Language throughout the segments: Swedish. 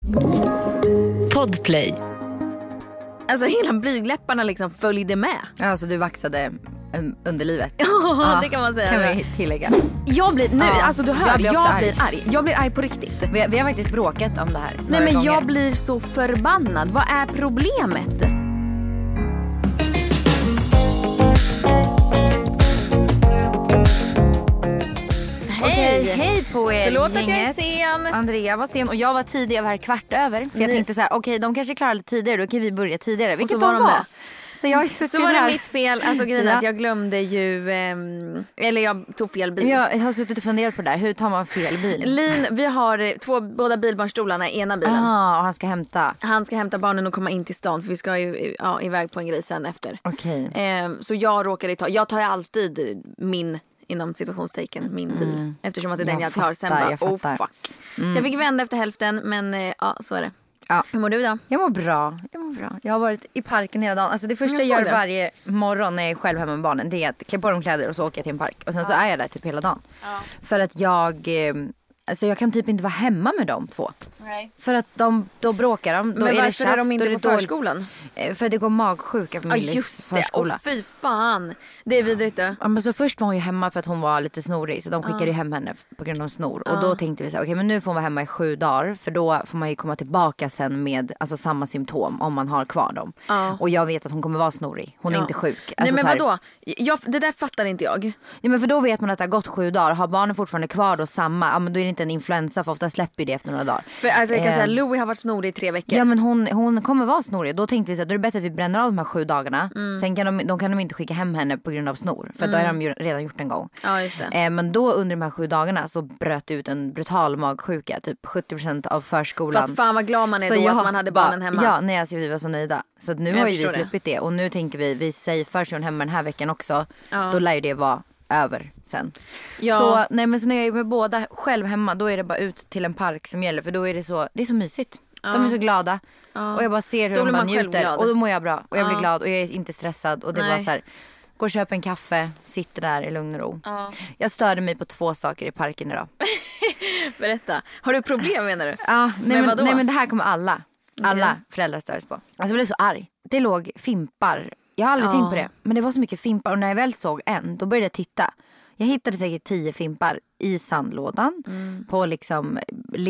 Podplay. Alltså hela blygläpparna liksom följde med. Alltså du vaxade underlivet. Ja, det kan man säga. Kan vi tillägga. Jag blir nu, alltså du hör, jag blir arg. Jag blir arg på riktigt. Vi har faktiskt bråkat om det här. Nej men gånger. jag blir så förbannad. Vad är problemet? Hej på er. Förlåt gänget. att jag är sen. Andrea var sen och jag var tidig, jag var här 15:15. För jag tänkte så här, okej, de kanske klarar lite tidigare, då kan vi börja tidigare. Vilket var de var. Så jag så var det mitt fel. Alltså grejen att jag glömde ju eller jag tog fel bil. Jag har suttit och funderat på det där. Hur tar man fel bil? Lin, vi har båda bilbarnstolarna i ena bilen. Och han ska hämta barnen och komma in till stan. För vi ska ju iväg på en grej sen efter. Okej. Så jag råkade jag tar ju alltid min, inom situationstecken, min bil. Eftersom att det är den jag tar sen bara, fuck. Så jag fick vända efter hälften, men så är det. Ja. Hur mår du då? Jag mår bra. Jag har varit i parken hela dagen. Alltså det första jag gör varje morgon när jag är själv hemma med barnen, det är att klä på dem kläder och så åker jag till en park. Och sen så är jag där typ hela dagen. För att jag kan typ inte vara hemma med dem två. Nej. För att då bråkar de. Då men är det varför är de inte på förskolan? För det går magsjuka på min just det. förskola. Och fy fan. Det är vidrigt då. Ja, men så först var hon ju hemma för att hon var lite snorig. Så de skickade ju hem henne på grund av snor. Och då tänkte vi så här, okej, men nu får hon vara hemma i 7 dagar. För då får man ju komma tillbaka sen med samma symptom om man har kvar dem. Och jag vet att hon kommer vara snorig. Hon är inte sjuk. Alltså, nej men vadå? Det där fattar inte jag. Nej, men för då vet man att det har gått 7 dagar. Har barnen fortfarande kvar då samma, men då är det inte en influensa. För ofta släpper det efter några dagar. För alltså, jag kan säga, Louie har varit snorig i 3 veckor. Ja, men hon kommer vara snorig. Då tänkte vi så att då är det bättre att vi bränner av de här 7 dagarna. Sen kan de inte skicka hem henne på grund av snor. För då har de ju redan gjort en gång. Ja, just det. Men då under de här 7 dagarna så bröt det ut en brutal magsjuka. Typ 70% av förskolan. Fast fan vad glad man är då att man hade barnen hemma. Ja, nej, alltså vi var så nöjda. Så att nu har ju vi släppit det. Och nu tänker vi säger först hemma den här veckan också. Då lär ju det vara över sen. Ja. Så när jag är med båda själv hemma, då är det bara ut till en park som gäller. För då är det är så mysigt. De är så glada. Och jag bara ser hur de bara njuter. Och då mår jag bra. Och jag blir glad. Och jag är inte stressad. Och det var så här, gå och köpa en kaffe, sitter där i lugn och ro. Jag störde mig på 2 saker i parken idag. Berätta. Har du problem menar du? Ja, nej men det här kommer alla föräldrar störs på. Alltså jag blev så arg. Det låg fimpar. Jag har aldrig tänkt på det. Men det var så mycket fimpar. Och när jag väl såg en, då började jag titta. Jag hittade säkert 10 fimpar i sandlådan. På liksom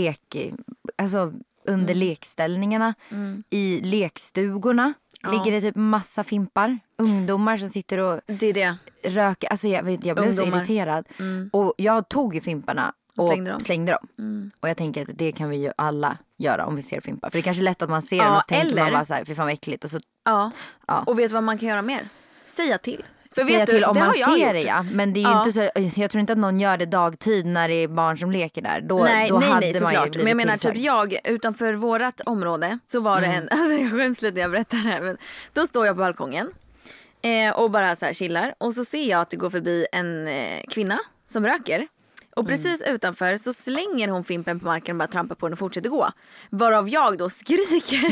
under lekställningarna. I lekstugorna ligger det typ massa fimpar. Ungdomar som sitter och röker. Alltså jag blev så irriterad. Och jag tog ju fimparna och slängde dem. Och jag tänker att det kan vi ju alla göra om vi ser fimpar. För det är kanske lätt att man ser den och så tänker man bara så här, fy fan vad äckligt. Och så, och vet du vad man kan göra mer? Säga till. För säga till om man ser det, ja. Men det är ju inte så, jag tror inte att någon gör det dagtid när det är barn som leker där. Då hade man såklart. Men jag menar typ utanför vårat område så var det alltså jag skäms lite när jag berättar det här. Men då står jag på balkongen och bara så här chillar. Och så ser jag att det går förbi en kvinna som röker. Och precis utanför så slänger hon fimpen på marken och bara trampar på den och fortsätter gå. Varav jag då skriker.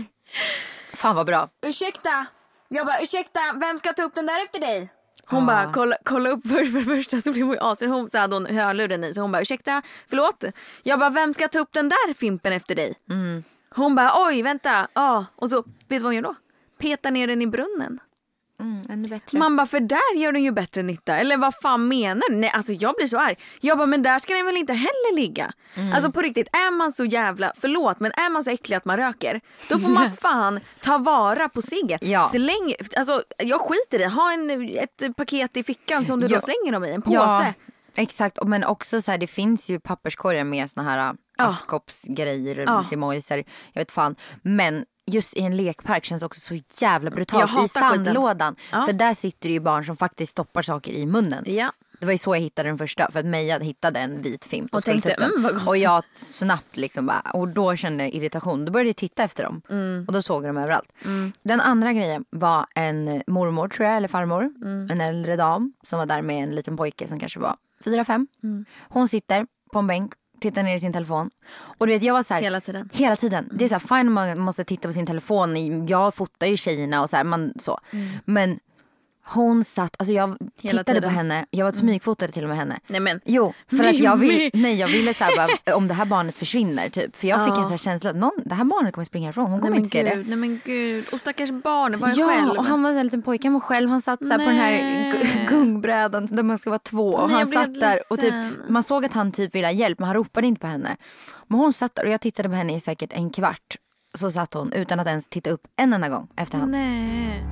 Fan vad bra. Ursäkta! Jag bara, ursäkta, vem ska ta upp den där efter dig? Hon bara, kolla upp för det första så blir hon ju asen. Hon så hade hon hörluren i, så hon bara, ursäkta, förlåt. Jag bara, vem ska ta upp den där fimpen efter dig? Hon bara, oj, vänta. Och så, vet du vad hon gör då? Petar ner den i brunnen. Ännu bättre. Man bara, för där gör den ju bättre nytta. Eller vad fan menar du? Nej, alltså jag blir så arg. Jag bara, men där ska den väl inte heller ligga. Alltså på riktigt, är man så jävla, förlåt, men är man så äcklig att man röker, då får man fan ta vara på ciggen. Släng, alltså jag skiter i, ha ett paket i fickan som du då slänger dem i, en påse. Ja, exakt, men också så här, det finns ju papperskorgar med såna här askkoppsgrejer, simojser, jag vet fan. Men just i en lekpark känns också så jävla brutalt. I sandlådan. För där sitter det ju barn som faktiskt stoppar saker i munnen. Ja. Det var ju så jag hittade den första. För att Meja hittade en vit fimp och tänkte, vad gott. Och jag snabbt liksom bara, och då kände jag irritation. Då började jag titta efter dem. Och då såg jag dem överallt. Den andra grejen var en mormor, tror jag, eller farmor. En äldre dam som var där med en liten pojke som kanske var 4-5. Hon sitter på en bänk, tittar ner i sin telefon. Och du vet, jag var så här, hela tiden. Det är så här, fine, man måste titta på sin telefon. Jag fotar ju tjejerna och så här, men Hon satt, alltså jag tittade på henne. Jag var smygfotade till och med henne. Nej men. Jo, för att jag ville så här bara, om det här barnet försvinner typ. För jag fick en så här känsla att det här barnet kommer springa ifrån. Hon kommer inte se det. Nej men gud, och stackars barn var själv. Ja, och han var så här liten pojke, han var själv. Han satt så här på den här gungbrädan där man ska vara 2. Och han satt där och typ, man såg att han typ ville ha hjälp, men han ropade inte på henne. Men hon satt där och jag tittade på henne i säkert en kvart. Så satt hon utan att ens titta upp en enda gång efter han. Nej.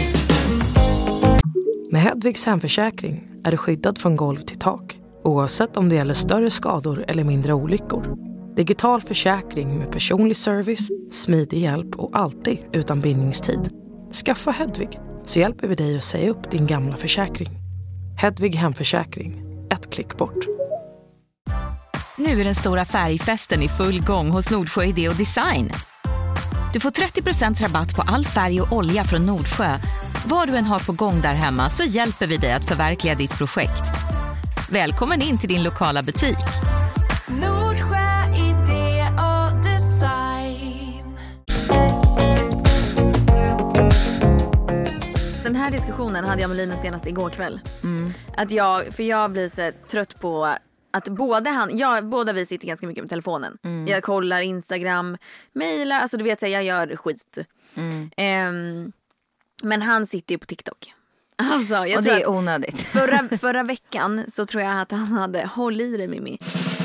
Med Hedvigs hemförsäkring är du skyddad från golv till tak, oavsett om det gäller större skador eller mindre olyckor. Digital försäkring med personlig service, smidig hjälp och alltid utan bindningstid. Skaffa Hedvig så hjälper vi dig att säga upp din gamla försäkring. Hedvig hemförsäkring, ett klick bort. Nu är den stora färgfesten i full gång hos Nordsjö Idé och Design. Du får 30% rabatt på all färg och olja från Nordsjö. Vad du än har på gång där hemma så hjälper vi dig att förverkliga ditt projekt. Välkommen in till din lokala butik. Nordsjö Idé och Design. Den här diskussionen hade jag med Linus senast igår kväll. Att jag blir så trött på att båda vi sitter ganska mycket med telefonen. Jag kollar Instagram, mejlar, alltså du vet så jag gör skit. Men han sitter ju på TikTok. Alltså, och det är onödigt. Förra veckan så tror jag att han hade, håll i det Mimmi,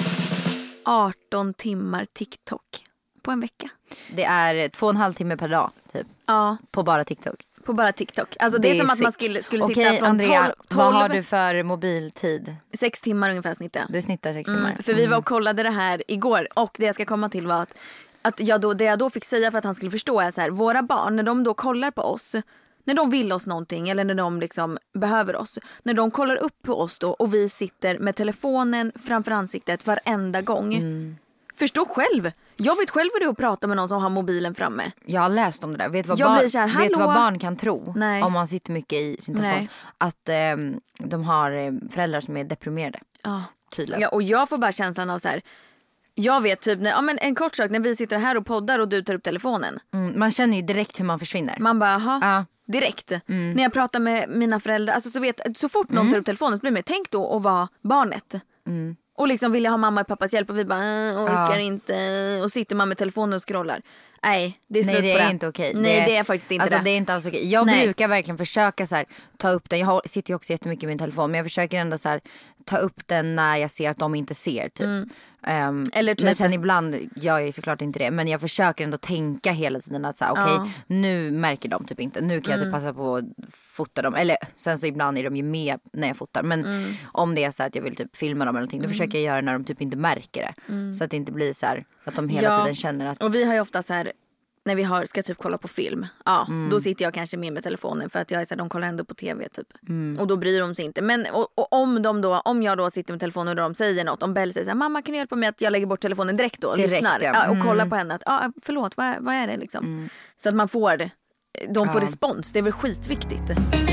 18 timmar TikTok på en vecka. Det är 2,5 timmar per dag typ. Ja. På bara TikTok. På bara TikTok. Alltså det är som att man skulle sitta från Andrea, 12. Vad har du för mobiltid? 6 timmar ungefär snittar. Du snittar 6 timmar. För vi var och kollade det här igår. Och det jag ska komma till var att det jag då fick säga för att han skulle förstå är så här: våra barn, när de då kollar på oss, när de vill oss någonting eller när de liksom behöver oss, när de kollar upp på oss då och vi sitter med telefonen framför ansiktet varenda gång. Förstå själv. Jag vet själv hur det är att prata med någon som har mobilen framme. Jag har läst om det där. Vet du vad barn kan tro? Nej. Om man sitter mycket i sin telefon? Nej. Att de har föräldrar som är deprimerade. Tydligen. Ja, och jag får bara känslan av så här. Jag vet typ, en kort sak, när vi sitter här och poddar och du tar upp telefonen. Man känner ju direkt hur man försvinner. Man bara, direkt. När jag pratar med mina föräldrar, alltså så fort någon tar upp telefonen så blir det, tänk då att vara barnet. Och liksom vill jag ha mamma och pappas hjälp och vi bara orkar inte. Och sitter man med telefonen och scrollar. Nej, det är slut på det. Nej, det är inte okej. Nej, det är faktiskt inte det är inte alls okej. Jag brukar verkligen försöka så här, ta upp den. Jag sitter ju också jättemycket i min telefon. Men jag försöker ändå så här, ta upp den när jag ser att de inte ser typ. Eller typ. Men sen ibland gör jag ju såklart inte det. Men jag försöker ändå tänka hela tiden att okej, nu märker de typ inte. Nu kan jag typ passa på att fota dem. Eller sen så ibland är de ju med när jag fotar. Men om det är så att jag vill typ filma dem eller någonting, då försöker jag göra när de typ inte märker det. Så att det inte blir så här att de hela tiden känner att... Och vi har ju ofta så här, när vi ska typ kolla på film, då sitter jag kanske med telefonen för att jag är så här, de kollar ändå på tv typ. Och då bryr de sig inte. Men och om jag då sitter med telefonen och de säger något, om Bell säger så här, mamma kan du hjälpa mig att jag lägger bort telefonen direkt då och lyssnar och kollar på henne att förlåt, vad är det liksom? Så att man får får respons. Det är väl skitviktigt.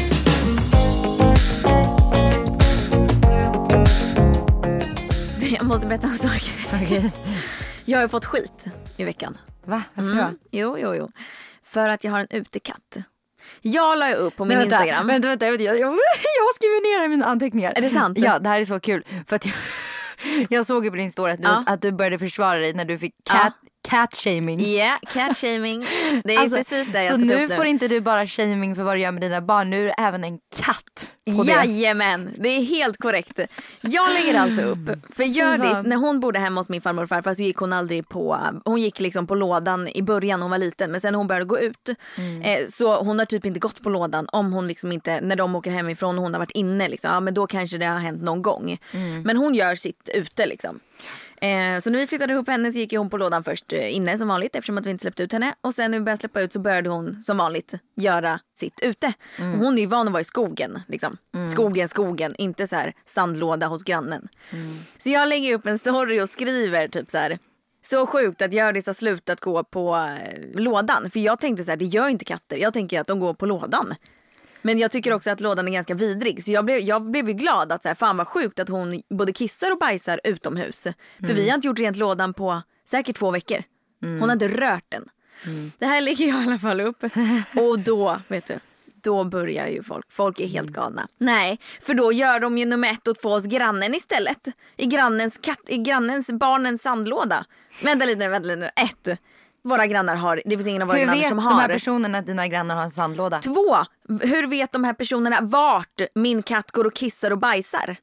Jag måste berätta en sak. Okay. Jag har fått skit i veckan. Va? Varför då? Jo. För att jag har en utekatt. Jag la upp på min Instagram. Vänta, jag skriver ner i mina anteckningar. Är det sant? Ja, det här är så kul. För att jag såg ju på din story att du började försvara dig när du fick cat-shaming. Ja, cat-shaming. Det är precis det jag ska så ta nu upp får inte du bara shaming för vad du gör med dina barn. Nu är det även en katt. Jajamän, det är helt korrekt. Jag lägger alltså upp. För Hjördis, när hon bodde hemma hos min farmor och farfar så gick hon aldrig på... Hon gick liksom på lådan i början, hon var liten. Men sen hon började gå ut. Så hon har typ inte gått på lådan. Om hon liksom inte, när de åker hemifrån och hon har varit inne liksom, men då kanske det har hänt någon gång. Men hon gör sitt ute liksom. Så när vi flyttade ihop henne så gick hon på lådan först inne som vanligt, eftersom att vi inte släppte ut henne. Och sen när vi började släppa ut så började hon som vanligt göra sitt ute. Och hon är ju van att vara i skogen liksom. Skogen, inte så här sandlåda hos grannen. Så jag lägger upp en story och skriver typ så här: så sjukt att Hjördis har slutat gå på lådan. För jag tänkte så här, det gör inte katter. Jag tänker att de går på lådan. Men jag tycker också att lådan är ganska vidrig. Så jag blev ju glad att så här, fan vad sjukt att hon både kissar och bajsar utomhus. För vi har inte gjort rent lådan på säkert 2 veckor. Hon har inte rört den. Det här lägger jag i alla fall upp. Och då, vet du, då börjar ju folk är helt galna. Nej, för då gör de ju nummer 1 och 2 hos grannen istället. I grannens barnens sandlåda. Vänta lite nu. 1. Våra grannar har, det finns ingen av våra grannar som har. Hur vet de här personerna att dina grannar har en sandlåda? 2. Hur vet de här personerna vart min katt går och kissar och bajsar?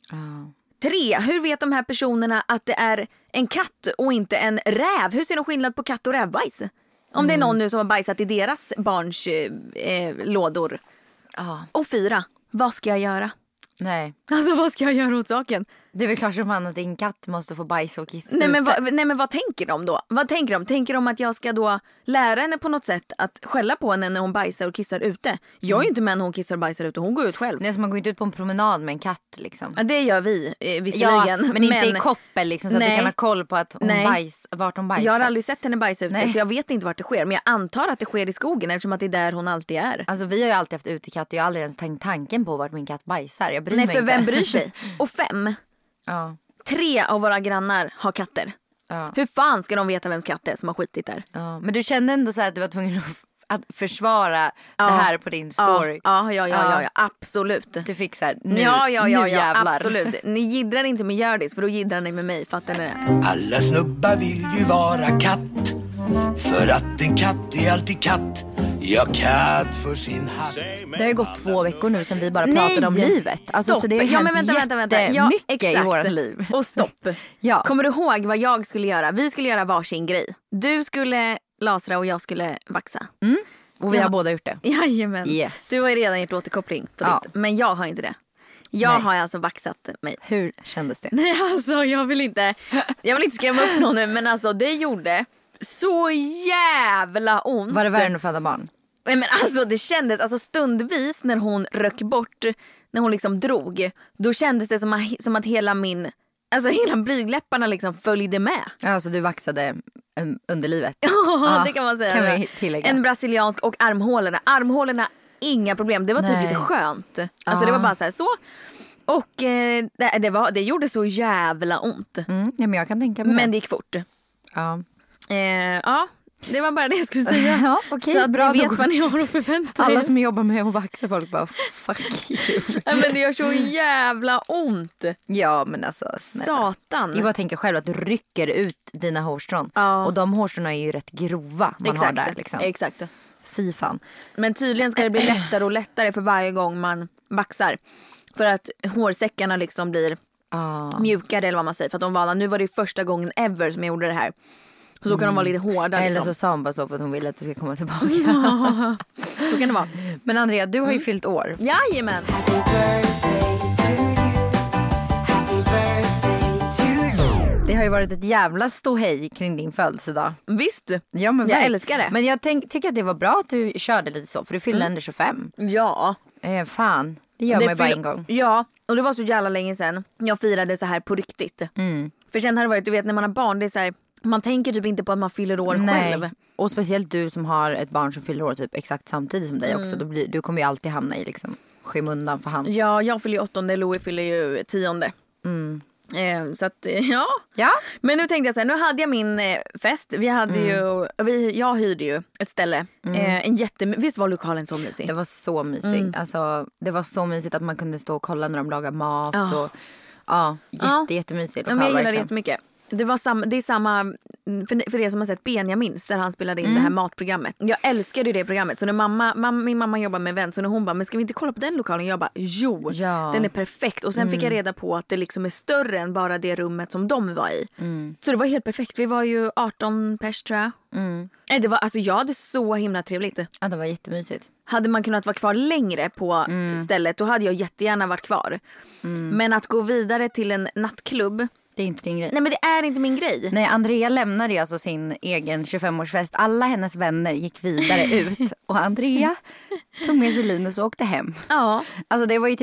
3. Hur vet de här personerna att det är en katt och inte en räv? Hur ser de skillnad på katt och rävbajs? Om det är någon nu som har bajsat i deras barns lådor. Och 4. Vad ska jag göra? Nej. Alltså vad ska jag göra åt saken? Det är väl klart som fan att din katt måste få bajsa och kissa. Nej men vad tänker de då? Vad tänker de? Tänker de att jag ska då lära henne på något sätt att skälla på henne när hon bajsar och kissar ute? Jag är ju inte med när hon kissar och bajsar ute, hon går ut själv. Nej, så man går inte ut på en promenad med en katt liksom. Ja, det gör vi visserligen. Ja, men inte i koppel liksom, så att du kan ha koll på att vart hon bajsar. Jag har aldrig sett henne bajsa ute, så jag vet inte vart det sker. Men jag antar att det sker i skogen eftersom att det är där hon alltid är. Alltså vi har ju alltid haft utekatt och jag har aldrig ens tänkt tanken på vart min katt bajsar. Jag bryr mig för inte. Vem bryr sig? Och 5. 3 av våra grannar har katter. Hur fan ska de veta vems katt det är som har skitit där? Men du kände ändå så här att du var tvungen att försvara det här på din story. Ja, absolut. Du fick så här, nu jävlar. Absolut. Ni jiddrar inte med Gördis, för då jiddrar ni med mig, fattar ni det? Alla snubbar vill ju vara katt, för att en katt är alltid katt. Ja, katt för sin hatt. Det har ju gått 2 veckor nu sedan vi bara pratade om livet. Alltså, stopp. Så det har hänt jättemycket i vårt liv. Och stopp. Kommer du ihåg vad jag skulle göra? Vi skulle göra varsin grej. Du skulle lasra och jag skulle vaxa. Och vi har båda gjort det. Jajamän. Yes. Du har ju redan gjort återkoppling på ditt. Men jag har inte det. Jag har alltså vaxat mig. Hur kändes det? Nej, alltså jag vill inte skrämma upp någon nu, men alltså det gjorde så jävla ont. Var det värre än att föda barn? Men alltså det kändes, alltså stundvis när hon rök bort, när hon liksom drog, då kändes det som att hela blygläpparna liksom följde med. Alltså du vaxade underlivet. Ja, det kan man säga. Kan vi tillägga. En brasiliansk och armhålorna, inga problem. Det var typ lite skönt. Alltså det var bara så. Och det gjorde så jävla ont. Ja, men jag kan tänka mig. Men det gick fort. Ja. Det var bara det jag skulle säga. Okej, så att bra, ni vet vad ni har att förvänta er. Alla som jobbar med att vaxa folk bara fuck you. Men det gör så jävla ont. Ja, men alltså snälla. Satan. Jag bara tänker själv att du rycker ut dina hårstrån. Och de hårstråna är ju rätt grova man har där liksom. Exakt. Fy fan. Men tydligen ska det bli lättare och lättare för varje gång man vaxar. För att hårsäckarna liksom blir mjukare eller vad man säger. För att de var, nu var det första gången ever som jag gjorde det här. Så då kan de vara lite hårda liksom. Eller så sa hon bara så för att hon ville att du ska komma tillbaka. Så kan det vara. Men Andrea, du har ju fyllt år. Jajamän. Det har ju varit ett jävla ståhej kring din födelsedag. Visst, ja, men jag älskar det. Men jag tycker att det var bra att du körde lite så. För du fyllde ändå 25. Ja. Fan, det gör man ju bara en gång. Ja, och det var så jävla länge sedan jag firade så här på riktigt. För sen har det varit, du vet när man har barn, det är så här, man tänker typ inte på att man fyller år själv. Och speciellt du som har ett barn som fyller år typ exakt samtidigt som dig också. Du kommer ju alltid hamna i liksom skymundan för hand. Ja, jag fyller ju 8, Louis fyller ju 10. Så att ja. Men nu tänkte jag så här, nu hade jag min fest. Vi hade jag hyrde ju ett ställe. Visst var lokalen så mysig? Det var så mysigt. Alltså, det var så mysigt att man kunde stå och kolla när de lagar mat. Och, jättemysigt lokal. Jag gillar det jättemycket. Det är samma för det som har sett Benjamin där han spelade in det här matprogrammet. Jag älskade ju det programmet. Så när min mamma jobbar med event, så när hon bara, men ska vi inte kolla på den lokalen? Jag bara, jo, den är perfekt. Och sen fick jag reda på att det liksom är större än bara det rummet som de var i. Så det var helt perfekt. Vi var ju 18 pers tror jag. Det var, alltså jag hade så himla trevligt. Ja, det var jättemysigt. Hade man kunnat vara kvar längre på stället, då hade jag jättegärna varit kvar. Men att gå vidare till en nattklubb, det är inte din grej. Nej, men det är inte min grej. Nej, Andrea lämnade alltså sin egen 25-årsfest. Alla hennes vänner gick vidare ut. Och Andrea tog med sig Linus och åkte hem. Ja. Alltså det var ju typ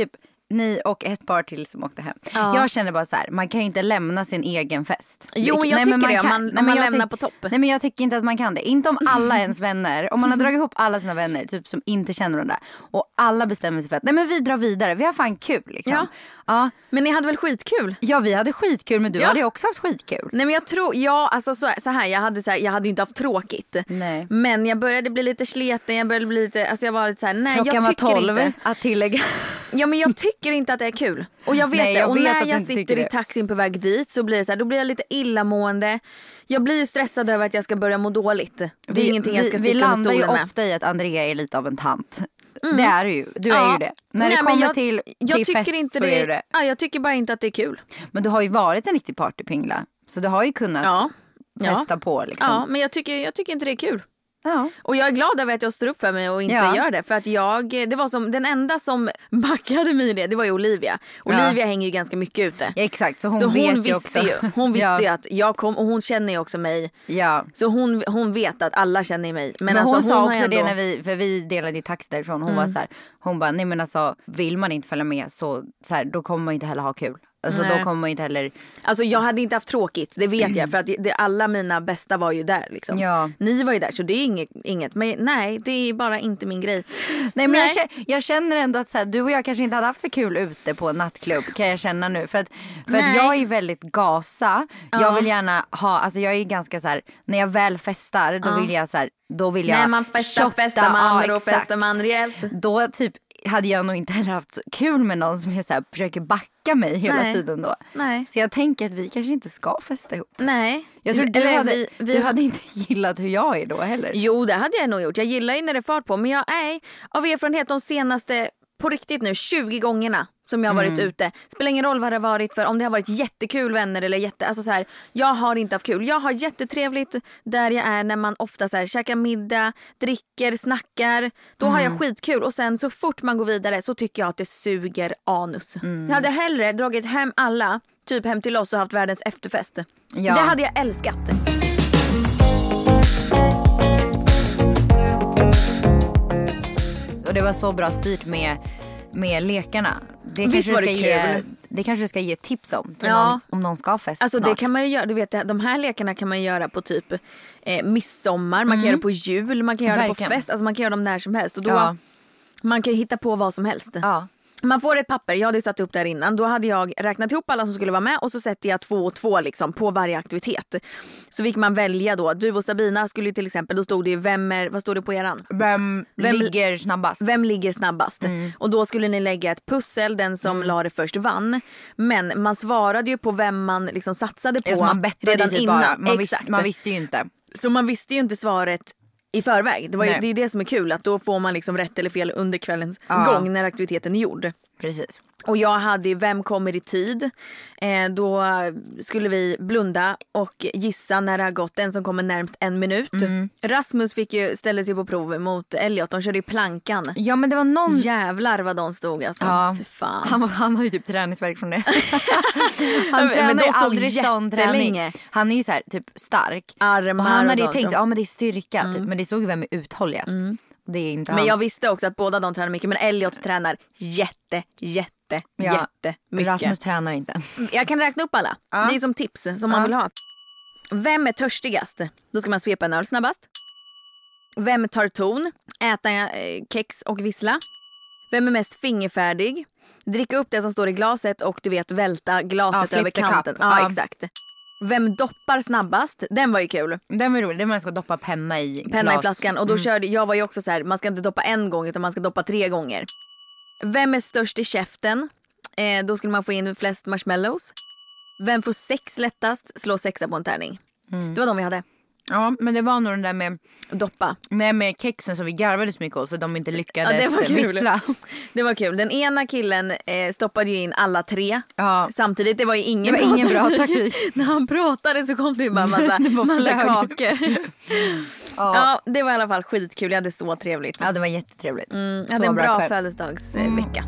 ni och ett par till som åkte hem. Jag känner bara så här, man kan ju inte lämna sin egen fest. Jo, men jag tycker det, om man lämnar på topp. Nej, men jag tycker inte att man kan det. Inte om alla ens vänner. Om man har dragit ihop alla sina vänner typ som inte känner varandra. Och alla bestämmer sig för att nej, men vi drar vidare. Vi har fan kul liksom. Ja. Men ni hade väl skitkul? Ja, vi hade skitkul, men du hade också haft skitkul. Nej, men jag tror, alltså så här, jag hade ju inte haft tråkigt. Nej. Men jag började bli lite sleten, jag började bli lite, alltså jag var lite så här, nej, klockan jag tycker var 12 inte att tillägga. Ja, men jag tycker inte att det är kul. Och jag vet det. Och när jag sitter i taxin på väg dit så blir det så här, då blir jag lite illamående. Jag blir ju stressad över att jag ska börja må dåligt. Det är ingenting jag ska sticka under stolen med. Vi landar ju ofta i att Andrea är lite av en tant. Det är du ju. Du är ju det. När det kommer till fest inte så är det. Ja, jag tycker bara inte att det är kul. Men du har ju varit en riktig partypingla. Så du har ju kunnat festa på liksom. Ja, men jag tycker inte det är kul. Ja. Och jag är glad över att jag står upp för mig och inte gör det. För att det var som den enda som backade mig det var ju Olivia. Olivia hänger ju ganska mycket ute. Ja, exakt, så hon visste ju att jag kom, och hon känner ju också mig. Ja. Så hon vet att alla känner mig. Men alltså, hon sa också ändå... det när vi delade ju taxi därifrån. Hon var så här, hon bara nej men alltså vill man inte följa med så här, då kommer man inte heller ha kul. Alltså då kommer man inte heller... Alltså jag hade inte haft tråkigt, det vet jag. För att alla mina bästa var ju där liksom. Ja. Ni var ju där, så det är inget. Men nej, det är bara inte min grej. Nej, men jag känner ändå att så här, du och jag kanske inte hade haft så kul ute på en nattklubb. Kan jag känna nu. För att jag är väldigt gasa. Jag vill gärna ha, alltså jag är ganska så här, när jag väl festar då vill jag så här, då vill jag... När man festar man och festar man rejält. Då typ hade jag nog inte heller haft så kul med någon som så här, försöker backa mig hela tiden då. Nej. Så jag tänker att vi kanske inte ska festa ihop. Nej. Jag tror du hade inte gillat hur jag är då heller. Jo, det hade jag nog gjort. Jag gillar ju när det är fart på. Men jag är av erfarenhet de senaste, på riktigt nu, 20 gångerna som jag har varit ute. Spelar ingen roll vad det har varit för. Om det har varit jättekul vänner eller alltså så här, jag har inte haft kul. Jag har jättetrevligt där jag är när man ofta så här käkar middag, dricker, snackar. Då har jag skitkul. Och sen så fort man går vidare så tycker jag att det suger anus. Jag hade hellre dragit hem alla, typ hem till oss och haft världens efterfest. Ja. Det hade jag älskat. Och det var så bra styrt med lekarna. Det kanske du ska ge tips om till någon, om någon ska festa. Alltså snart. Det kan man ju göra, du vet, de här lekarna kan man göra på typ midsommar, man kan göra det på jul, man kan göra det på fest, alltså man kan göra dem när som helst och då man kan ju hitta på vad som helst. Ja. Man får ett papper, jag hade satt upp där innan. Då hade jag räknat ihop alla som skulle vara med. Och så sätter jag 2 och 2 liksom, på varje aktivitet. Så fick man välja då. Du och Sabina skulle ju till exempel, då stod det vad stod det på eran? Vem ligger snabbast? Vem ligger snabbast? Och då skulle ni lägga ett pussel, den som la det först vann. Men man svarade ju på vem man liksom satsade på man redan typ innan. Man visste ju inte. Så man visste ju inte svaret i förväg. Det är ju det som är kul, att då får man liksom rätt eller fel under kvällens gång när aktiviteten är gjord. Precis. Och jag hade ju vem kommer i tid. Då skulle vi blunda och gissa när det har gått, den som kommer närmst 1 minut. Rasmus ställdes ju på prov mot Elliot. De körde ju plankan. Ja, men det var någon... Jävlar vad de stod alltså. Ja. För fan. Han har ju typ träningsverk från det. Han tränar ju aldrig sån träning. Han är ju så här typ stark. Armar och han hade ju tänkt, men det är styrka typ. Men det såg ju vem är uthålligast. Det är inte men jag visste också att båda de tränar mycket. Men Elliot tränar jättemycket. Rasmus tränar inte ens. Jag kan räkna upp alla. Det är som tips som man vill ha. Vem är törstigast? Då ska man svepa en öl snabbast. Vem tar ton? Äta kex och vissla. Vem är mest fingerfärdig? Dricka upp det som står i glaset och du vet välta glaset över kanten. Ja, exakt. Vem doppar snabbast? Den var ju kul. Den var rolig. Det man ska doppa penna i flaskan. Och då körde jag var ju också så här, man ska inte doppa 1 gång utan man ska doppa 3 gånger. Vem är störst i käften? Då skulle man få in flest marshmallows. Vem får 6 lättast? Slå 6 på en tärning. Det var de vi hade. Ja, men det var nog den där med doppa. Nej, med kexen som vi garvade så mycket åt för de inte lyckades vissla. Det var kul. Den ena killen stoppade ju in alla 3 samtidigt. Det var ju ingen bra taktik. När han pratade så kom det ju bara massa kakor. Ja, det var i alla fall skitkul. Jag hade så trevligt. Ja, det var jättetrevligt. Jag hade en bra födelsedagsvecka.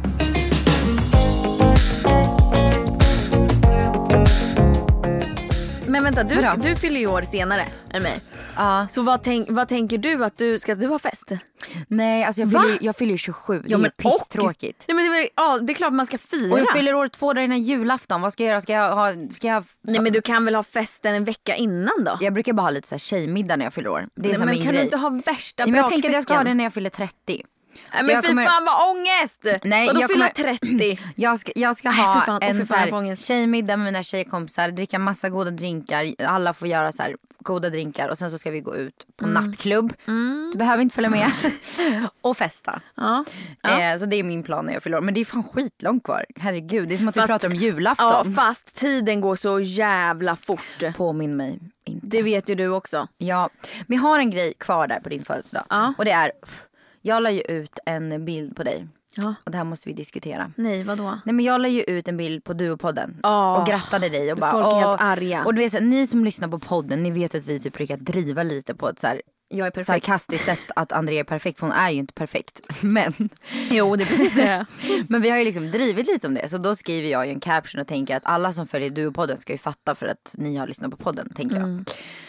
Men vänta, du fyller ju år senare än mig. Så vad tänker du att du ska ha fest? Nej, alltså jag fyller ju 27. Det är pisstråkigt. Ja, men det är klart man ska fira. Och jag fyller år 2 dagar innan julafton. Vad ska jag göra? Ska jag Nej, men du kan väl ha festen en vecka innan då? Jag brukar bara ha lite så här tjejmiddag när jag fyller år. Det är så men min kan grej. du inte ha värsta men jag tänker att jag ska ha det när jag fyller 30. Nej, men fy fan vad ångest! Nej, jag fyller 30. Jag ska ha en så här tjejmiddag med mina tjejkompisar, dricka massa goda drinkar. Alla får göra så här goda drinkar och sen så ska vi gå ut på nattklubb. Du behöver inte följa med. Och festa. Ja. Så det är min plan när jag fyller år. Men det är fan skitlångt kvar. Herregud, det är som att vi pratar om julafton. Ja, fast tiden går så jävla fort. Påminn mig inte. Det vet ju du också. Ja, men jag har en grej kvar där på din födelsedag. Och det är, jag la ju ut en bild på dig. Ja. Och det här måste vi diskutera. Nej, vadå? Nej, men jag la ju ut en bild på Duopodden och grattade dig och bara, folk är helt arga. Och du vet, ni som lyssnar på podden, ni vet att vi typ brukar driva lite på ett så här jag är perfekt. Sarkastiskt sätt att Andrea är perfekt, för hon är ju inte perfekt. Men jo, det är precis det. Men vi har ju liksom drivit lite om det. Så då skriver jag ju en caption och tänker att alla som följer Duopodden ska ju fatta för att ni har lyssnat på podden, tänker jag.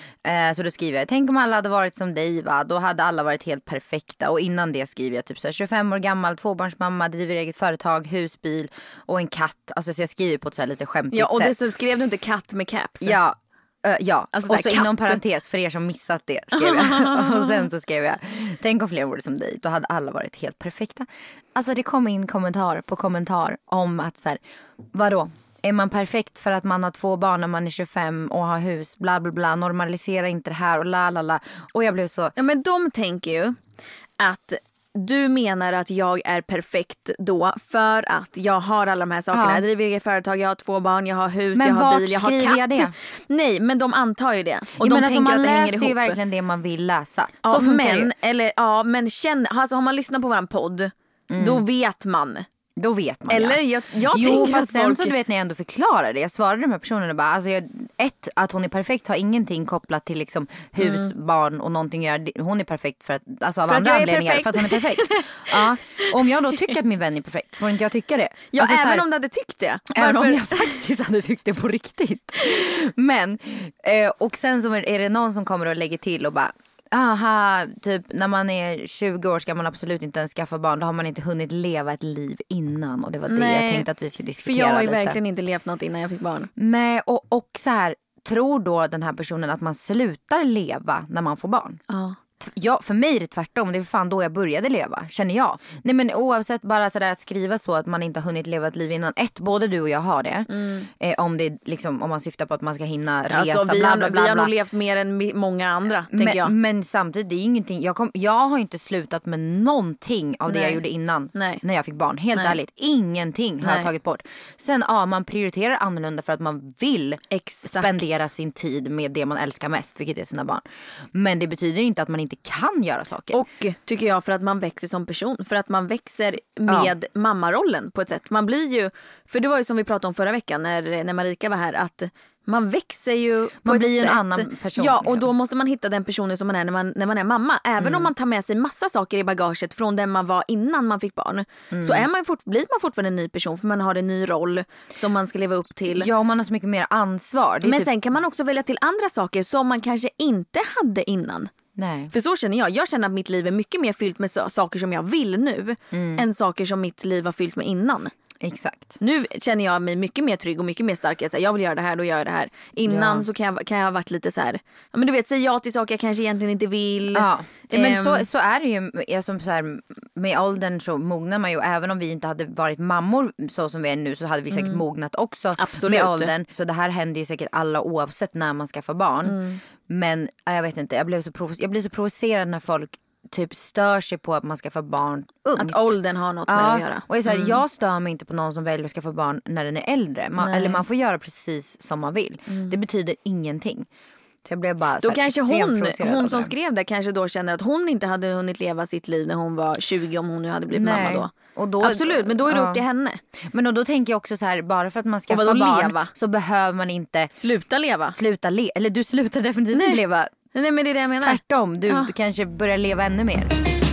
Så då skriver jag, tänk om alla hade varit som dig, va? Då hade alla varit helt perfekta. Och innan det skriver jag typ så här, 25 år gammal, 2-barnsmamma, driver eget företag, husbil och en katt. Alltså så jag skriver på ett så här lite skämtigt sätt. Ja, och dessutom skrev du inte katt med caps. Ja. Alltså, och så inom parentes för er som missat det skrev jag. Och sen så skrev jag, tänk om fler vore som dig, då hade alla varit helt perfekta. Alltså det kom in kommentar på kommentar om att så här, vadå? Är man perfekt för att man har 2 barn när man är 25 och har hus, bla bla bla, normalisera inte det här och la la la. Och jag blev så... Ja, men de tänker ju att du menar att jag är perfekt då för att jag har alla de här sakerna. Jag driver eget företag, jag har 2 barn, jag har hus, men jag har bil, jag har katt. Jag det? Nej, men de antar ju det. Och de tänker alltså, att det hänger ihop. Man läser ju verkligen det man vill läsa. Ja, så funkar det. Men alltså, har man lyssnat på våran podd, då vet man. Då vet man. Eller jag tänker att sen så du vet när jag ändå förklarar det. Jag svarade de här personerna bara, alltså att hon är perfekt har ingenting kopplat till liksom hus, barn och någonting gör. Hon är perfekt för att, alltså av för andra anledningar, för att hon är perfekt. Ja. Om jag då tycker att min vän är perfekt, får inte jag tycka det? Ja, alltså, även om du hade tyckt det. Även om jag faktiskt hade tyckt det på riktigt. Men och sen så är det någon som kommer och lägger till och bara, aha, typ när man är 20 år ska man absolut inte ens skaffa barn. Då har man inte hunnit leva ett liv innan. Och det var det jag tänkte att vi skulle diskutera lite. För jag har ju verkligen inte levt något innan jag fick barn. Nej, och så här, tror då den här personen att man slutar leva när man får barn? Ja. Ja, för mig är det tvärtom. Det är fan då jag började leva, känner jag. Nej, men oavsett bara sådär att skriva så att man inte har hunnit leva ett liv innan. Både du och jag har det. Om det liksom, om man syftar på att man ska hinna resa, alltså, vi bla, bla, bla, vi har nog levt mer än många andra, tänker jag. Men samtidigt, det är ingenting. Jag har inte slutat med någonting av det jag gjorde innan. När jag fick barn. Helt ärligt, ingenting har jag tagit bort. Sen man prioriterar annorlunda för att man vill spendera sin tid med det man älskar mest, vilket är sina barn. Men det betyder inte att man inte kan göra saker. Och tycker jag för att man växer som person. För att man växer med mammarollen på ett sätt. Man blir ju, för det var ju som vi pratade om förra veckan när Marika var här, att man växer ju på man ett blir sätt. En annan person. Ja, liksom. Och då måste man hitta den personen som man är när man är mamma. Även om man tar med sig massa saker i bagaget från den man var innan man fick barn. Så blir man fortfarande en ny person, för man har en ny roll som man ska leva upp till. Ja, och man har så mycket mer ansvar. Men sen kan man också välja till andra saker som man kanske inte hade innan. Nej. För så känner jag. Jag känner att mitt liv är mycket mer fyllt med saker som jag vill nu än saker som mitt liv var fyllt med innan. Exakt. Nu känner jag mig mycket mer trygg och mycket mer stark. Jag vill göra det här, då gör jag det här. Innan så kan jag ha varit lite så här, ja, men du vet, säga ja till saker jag kanske egentligen inte vill. Ja. Men så är det ju, som så här, med åldern så mognar man ju. Även om vi inte hade varit mammor så som vi är nu, så hade vi säkert mognat också. Absolut. Med åldern. Så det här händer ju säkert alla oavsett när man skaffar barn. Men jag vet inte, jag blir så provocerad när folk typ stör sig på att man ska få barn ungt. Att åldern har något med att göra. Och jag stör mig inte på någon som väljer att skaffa barn när den är äldre. Eller man får göra precis som man vill. Det betyder ingenting. Så jag blev bara då kanske hon som skrev det kanske då känner att hon inte hade hunnit leva sitt liv när hon var 20, om hon nu hade blivit mamma då. Och då. Absolut, men då är det upp till henne. Men då tänker jag också så här, bara för att man skaffar barn så behöver man inte sluta leva. Eller du slutar definitivt inte leva. Nej, men det är det jag menar. Tvärtom, du kanske börjar leva ännu mer.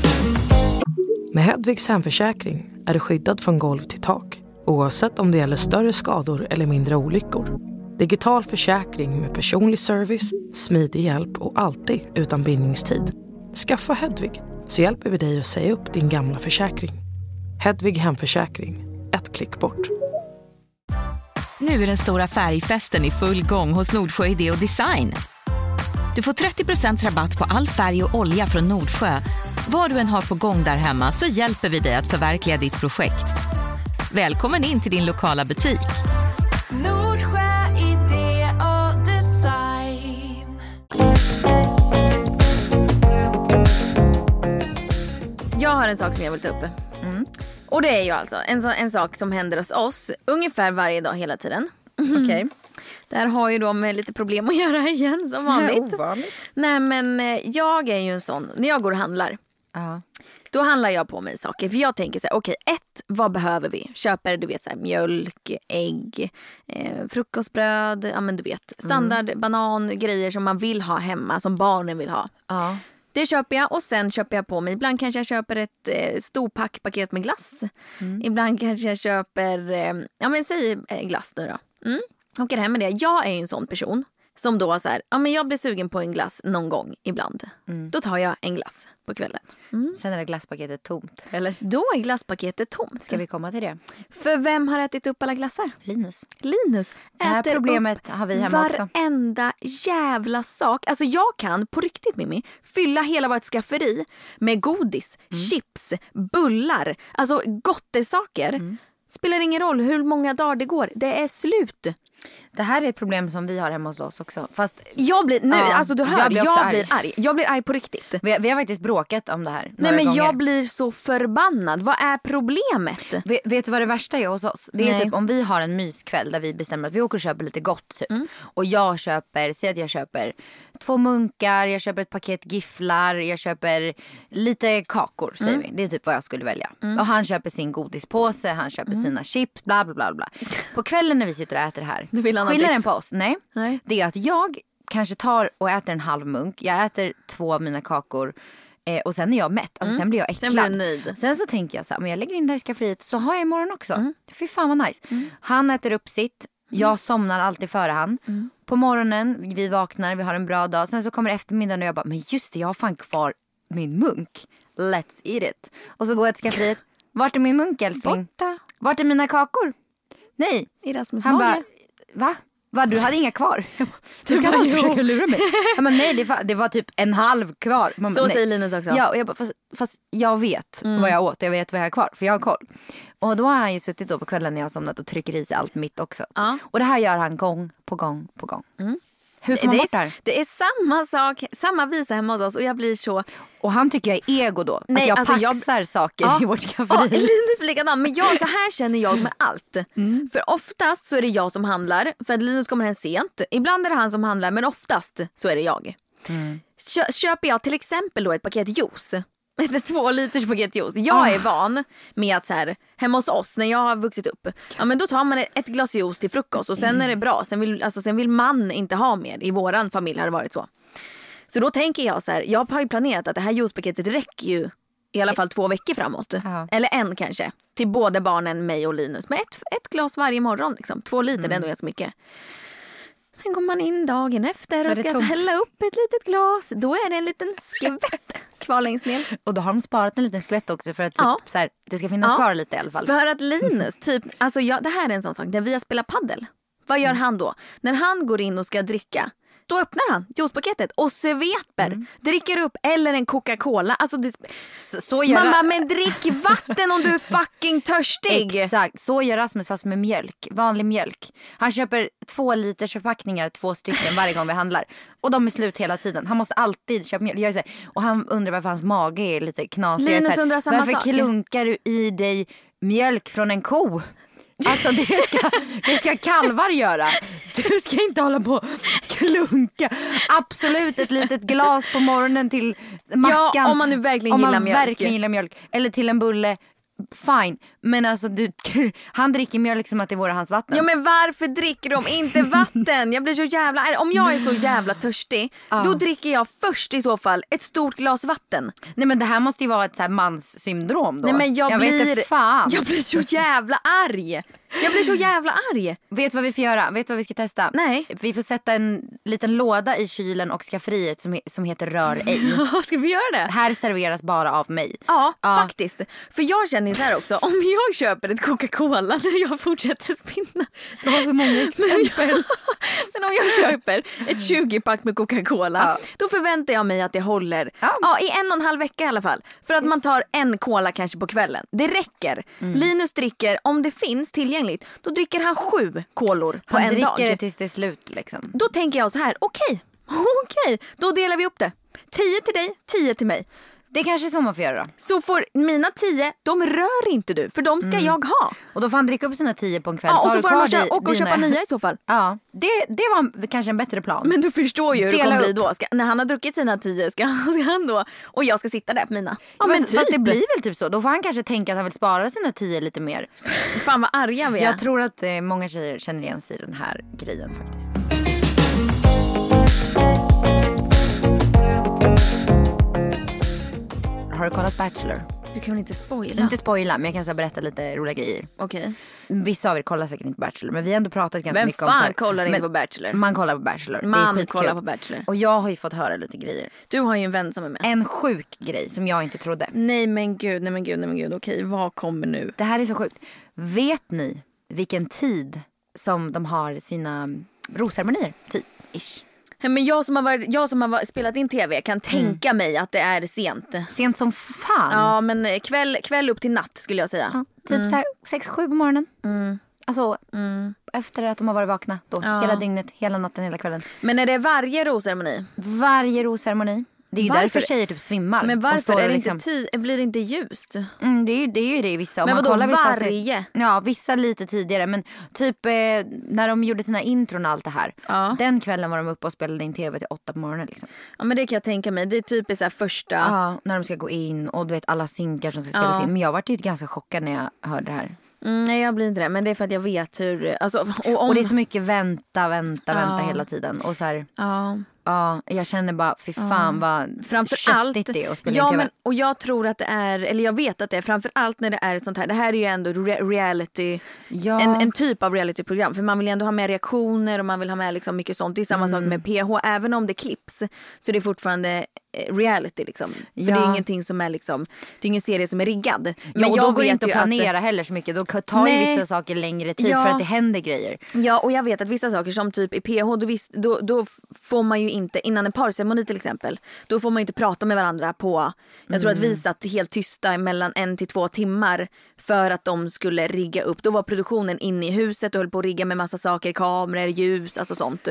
Med Hedvigs hemförsäkring är du skyddad från golv till tak, oavsett om det gäller större skador eller mindre olyckor. Digital försäkring med personlig service, smidig hjälp och alltid utan bindningstid. Skaffa Hedvig så hjälper vi dig att säga upp din gamla försäkring. Hedvig Hemförsäkring, ett klick bort. Nu är den stora färgfesten i full gång hos Nordsjö Idé och Design. Du får 30% rabatt på all färg och olja från Nordsjö. Vad du än har på gång där hemma så hjälper vi dig att förverkliga ditt projekt. Välkommen in till din lokala butik. Nordsjö Idé och Design. Jag har en sak som jag vill ta upp. Och det är ju alltså en sak som händer hos oss ungefär varje dag hela tiden. Okej. Där har ju de lite problem att göra igen som vanligt. Ovanligt. Nej men jag är ju en sån, när jag går och handlar. Då handlar jag på mig saker. För jag tänker så här, okej, vad behöver vi? Köper, du vet, så här, mjölk, ägg, frukostbröd, ja men du vet, standard, banan, grejer som man vill ha hemma, som barnen vill ha. Ja. Det köper jag och sen köper jag på mig. Ibland kanske jag köper ett storpaket med glass. Ibland kanske jag köper, ja men säg glass nu då. Åker hem med det. Jag är ju en sån person som då så här, ja men jag blir sugen på en glass någon gång ibland. Då tar jag en glass på kvällen. Sen är det glasspaketet tomt, eller? Då är glasspaketet tomt. Ska vi komma till det? För vem har ätit upp alla glassar? Linus Det här äter problemet har vi hemma också. Varenda jävla sak. Alltså jag kan på riktigt, Mimmi, fylla hela vårt skafferi med godis, chips, bullar, alltså gottesaker. Spelar ingen roll hur många dagar det går. Det är slut. Det här är ett problem som vi har hemma hos oss också. Fast jag blir, nu, alltså du hör, jag blir arg. Jag blir arg på riktigt. Vi har faktiskt bråkat om det här Nej men gånger. jag blir så förbannad. Vad är problemet? Vet du vad det värsta är hos oss? Det är typ om vi har en myskväll där vi bestämmer att vi åker och köper lite gott typ. Och jag köper 2 munkar, jag köper ett paket gifflar, jag köper lite kakor säger vi. Det är typ vad jag skulle välja. Och han köper sin godispåse, han köper sina chips, bla bla bla bla. På kvällen när vi sitter och äter det här, skillnaden på oss, nej, det är att jag kanske tar och äter en halv munk, jag äter 2 av mina kakor och sen är jag mätt, alltså sen blir jag äcklad. Sen blir jag nöjd. Sen så tänker jag så här, men jag lägger in det här i skafferiet så har jag imorgon också. Fy fan vad nice. Han äter upp sitt. Jag somnar alltid före han. På morgonen, vi vaknar, vi har en bra dag. Sen så kommer eftermiddagen och jag bara, men just det, jag har fan kvar min munk. Let's eat it. Och så går jag till skafferiet. Vart är min munk, älskling? Borta. Vart är mina kakor? Nej. I Rasmus Han mage. bara, va? Du hade inga kvar? Du ska alltid försöka lura mig. Men nej, det var typ en halv kvar. Man Så bara, säger Linus också. Ja, och jag bara, fast jag vet vad jag åt. Jag vet vad jag har kvar, för jag har koll. Och då har han ju suttit då på kvällen när jag har somnat och trycker i sig allt mitt också. Och det här gör han gång på gång på gång. Hur får man bort det här? Det är samma sak, samma visa hemma hos oss och jag blir så... Och han tycker jag är ego då. Nej, att jag paxar saker i vårt skafferi. Ja, Linus blir likadan. Men så här känner jag med allt. För oftast så är det jag som handlar. För att Linus kommer hem sent. Ibland är det han som handlar, men oftast så är det jag. Köper jag till exempel då ett paket juice. Ett 2 liters paket juice. Jag är van med att så här, hemma hos oss när jag har vuxit upp, ja men då tar man ett glas juice till frukost och sen är det bra. Sen vill man inte ha mer. I våran familj har det varit så. Så då tänker jag så här, jag har ju planerat att det här juicepaketet räcker ju i alla fall 2 veckor framåt. Eller en kanske. Till både barnen, mig och Linus. Med ett glas varje morgon liksom. 2 liter, det ändå är så mycket. Sen går man in dagen efter och ska hälla upp ett litet glas. Då är det en liten skvätt kvar längst ner. Och då har de sparat en liten skvätt också för att typ, så här, det ska finnas kvar lite i alla fall. För att Linus, typ, alltså det här är en sån sak. När vi har spelat paddel, vad gör han då? När han går in och ska dricka, då öppnar han juicepaketet och sveper, dricker upp eller en Coca-Cola. Alltså så gör mamma, men drick vatten om du är fucking törstig. Exakt, så gör Rasmus fast med mjölk, vanlig mjölk. Han köper 2 liters förpackningar, 2 stycken varje gång vi handlar. Och de är slut hela tiden. Han måste alltid köpa mjölk. Jag är så här, och han undrar varför hans mage är lite knasig. Linus undrar samma sak. Varför klunkar du i dig mjölk från en ko? Alltså det ska kalvar göra. Du ska inte hålla på klunka. Absolut ett litet glas på morgonen till mackan. Ja, om man nu verkligen gillar mjölk. Eller till en bulle. Fine, men alltså han dricker mjölk som att det vore hans vatten. Ja, men varför dricker de inte vatten? Jag blir så jävla arg. Om jag är så jävla törstig, då dricker jag först i så fall ett stort glas vatten. Nej, men det här måste ju vara ett så här manssyndrom då. Nej, men jag blir så jävla arg. Jag blir så jävla arg. Vet vad vi får göra? Vet vad vi ska testa? Nej. Vi får sätta en liten låda i kylen och skafferiet som heter Rör ej. Ska vi göra det? Här serveras bara av mig. Ja, faktiskt. För jag känner så här också. Om jag köper ett Coca-Cola när jag fortsätter spinna. Du har så många exempel. Men om jag köper ett 20-pack med Coca-Cola, då förväntar jag mig att det håller i 1,5 vecka i alla fall. För att man tar en cola kanske på kvällen. Det räcker. Linus dricker, om det finns tillgängligt, då dricker han 7 kolor på en dag. Han dricker det tills det är slut liksom. Då tänker jag så här, okej, då delar vi upp det. 10 till dig, 10 till mig. Det är kanske så man får göra då. Så får mina 10, de rör inte du, för de ska jag ha. Och då får han dricka upp sina 10 på en kväll. Ja, och så får han och köpa nya i så fall. Ja, det var kanske en bättre plan. Men du förstår ju hur det kommer bli då. När han har druckit sina 10 ska han då, och jag ska sitta där på mina. Ja, men fast det blir väl typ så. Då får han kanske tänka att han vill spara sina 10 lite mer. Fan vad arga vi är. Jag tror att många tjejer känner igen sig i den här grejen faktiskt. Har du kollat Bachelor? Du kan väl inte spoila? Inte spoila, men jag kan så berätta lite roliga grejer. Okej. Vissa av er kollar säkert inte Bachelor, men vi har ändå pratat ganska mycket om... Vem fan kollar inte på Bachelor? Man kollar på Bachelor. Man det är skitkul. kollar på Bachelor. Och jag har ju fått höra lite grejer. Du har ju en vän som är med. En sjuk grej som jag inte trodde. Nej men gud. Okej, vad kommer nu? Det här är så sjukt. Vet ni vilken tid som de har sina rosceremonier? Typ, ish. Men jag som har spelat in tv kan tänka mig att det är sent. Sent som fan. Ja, men kväll upp till natt skulle jag säga. Ja, typ så här 6-7 på morgonen. Alltså efter att de har varit vakna då, hela dygnet, hela natten, hela kvällen. Men är det varje rosceremoni? Varje rosceremoni. Det är ju därför tjejer typ svimmar. Men varför är det liksom... blir det inte ljust? Det är ju det i vissa. Men vadå varje? Ja, vissa lite tidigare. Men typ när de gjorde sina intron och allt det här. Ja. Den kvällen var de uppe och spelade in tv till 8 på morgonen liksom. Ja, men det kan jag tänka mig. Det är typ så här första... Ja, när de ska gå in och du vet alla synkar som ska spelas in. Men jag var ju ganska chockad när jag hörde det här. Nej, jag blir inte det. Men det är för att jag vet hur... Alltså, och det är så mycket vänta hela tiden. Och så här... Ja, jag känner bara, fy fan vad köttigt det är att spela in tv. Och jag tror att det är, eller jag vet att det är framförallt när det är ett sånt här, det här är ju ändå reality, en typ av realityprogram. För man vill ändå ha med reaktioner och man vill ha med liksom mycket sånt. Det är samma sak med PH, även om det klipps så det är fortfarande reality liksom. För det är ingenting som är liksom, det är ingen serie som är riggad. Men och då går det inte att planera heller så mycket. Då tar ju vissa saker längre tid för att det händer grejer. Ja, och jag vet att vissa saker som typ i PH, då får man ju inte, innan en parceremoni till exempel, då får man ju inte prata med varandra på, jag tror att vi satt helt tysta mellan 1 till 2 timmar för att de skulle rigga upp. Då var produktionen inne i huset och höll på att rigga med massa saker, kameror, ljus, alltså sånt.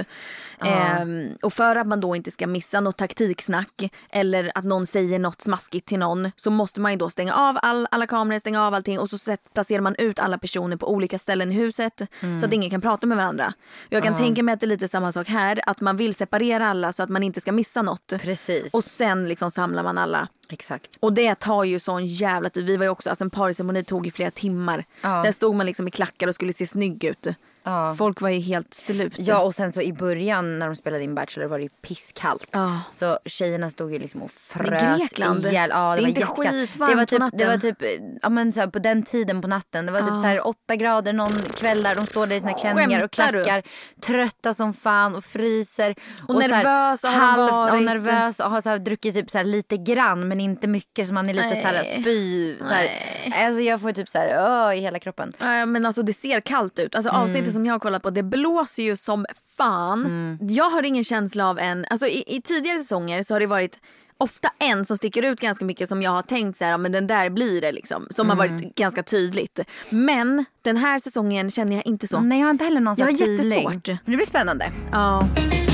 Och för att man då inte ska missa något taktiksnack eller att någon säger något smaskigt till någon, så måste man ju då stänga av alla kameror, stänga av allting, och så placerar man ut alla personer på olika ställen i huset så att ingen kan prata med varandra. Jag kan tänka mig att det är lite samma sak här, att man vill separera alla så att man inte ska missa något. Precis. Och sen liksom samlar man alla. Exakt. Och det tar ju sån jävla tid. Vi var ju också, alltså en parceremoni tog ju flera timmar. Där stod man liksom i klackar och skulle se snygg ut. Folk var ju helt slut. Ja, och sen så i början när de spelade in Bachelor var det ju pisskallt. Så tjejerna stod ju liksom och frös ihjäl. Ja, det var inte skitvarmt på natten. Det var typ ja, men så här, på den tiden på natten. Det var typ så här 8 grader någon kväll där de står där i sina klänningar och klackar. Trötta som fan och fryser. Och nervös och nervös och har så här, druckit typ så här lite grann men inte mycket, så man är lite så här spy. Så här. Alltså jag får typ så här i hela kroppen. Men alltså det ser kallt ut. Alltså avsnittet som jag har kollat på, det blåser ju som fan. Jag har ingen känsla av alltså i tidigare säsonger så har det varit ofta en som sticker ut ganska mycket som jag har tänkt så här, men den där blir det liksom, som har varit ganska tydligt. Men den här säsongen känner jag inte så. Nej, jag har inte heller någon så tydlig. Jag har jättesvårt. Men det blir spännande. Ja.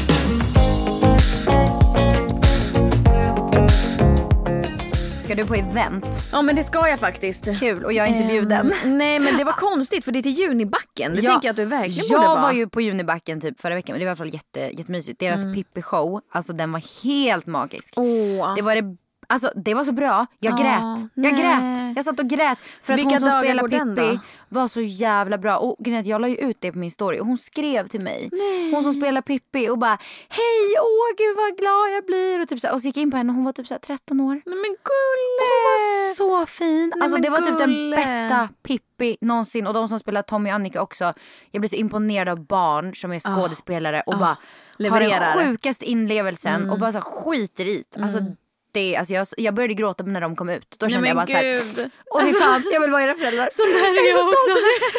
Ska du på event? Ja, men det ska jag faktiskt. Kul, och jag är inte bjuden. Nej, men det var konstigt för det är till Junibacken. Det tänker jag att du verkligen borde vara. Jag var ju på Junibacken typ förra veckan. Det var i alla fall jättemysigt. Deras Pippi show, alltså den var helt magisk. Det var det alltså det var så bra. Jag grät. Jag satt och grät för att Vilka hon som dagar spelar går den Pippi då? var så jävla bra. Och jag la ju ut det på min story och hon skrev till mig. Hon som spelar Pippi och bara hej, gud vad glad jag blir och typ så, och så gick jag in på henne och hon var typ så 13 år. Nej men gulle. Hon var så fin. Nej, alltså men det var typ den gulle. bästa Pippi någonsin. Och de som spelar Tommy och Annika också. Jag blir så imponerad av barn som är skådespelare och bara levererar. har den sjukaste inlevelsen och bara så skiter i det. Alltså alltså jag började gråta när de kom ut. Då kände jag bara såhär, åh fan, jag vill vara era föräldrar. Så där är jag också.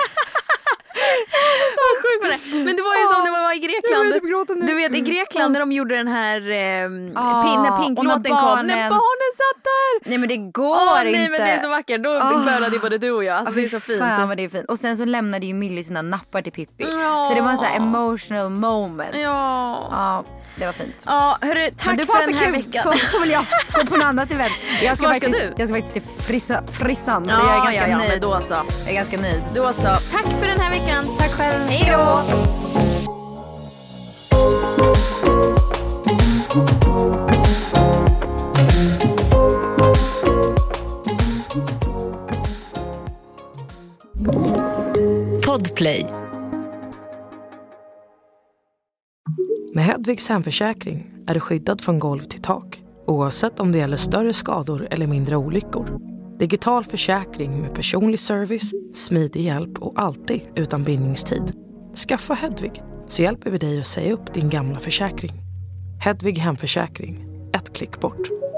Men det var ju som när man var i Grekland. Du vet i Grekland när de gjorde den här när Pink-låten kom. När barnen satt där. Nej men det går inte. Nej men det är så vackert. Då bölade både du och jag. Alltså det är så fint. Fan vad det är fint. Och sen så lämnade ju Millie sina nappar till Pippi. Så det var en sån här emotional moment. Ja, det var fint. Ja, hörru, tack för den här veckan. Så får väl jag gå på något annat event. Var ska du? Jag ska faktiskt till frissan. Så jag är ganska nöjd. Då så. Jag är ganska nöjd. Då så. Tack för den här veckan. Tack själv. Hej då. Podplay. Med Hedvigs hemförsäkring är du skyddad från golv till tak, oavsett om det gäller större skador eller mindre olyckor. Digital försäkring med personlig service, smidig hjälp och alltid utan bindningstid. Skaffa Hedvig så hjälper vi dig att säga upp din gamla försäkring. Hedvig hemförsäkring, ett klick bort.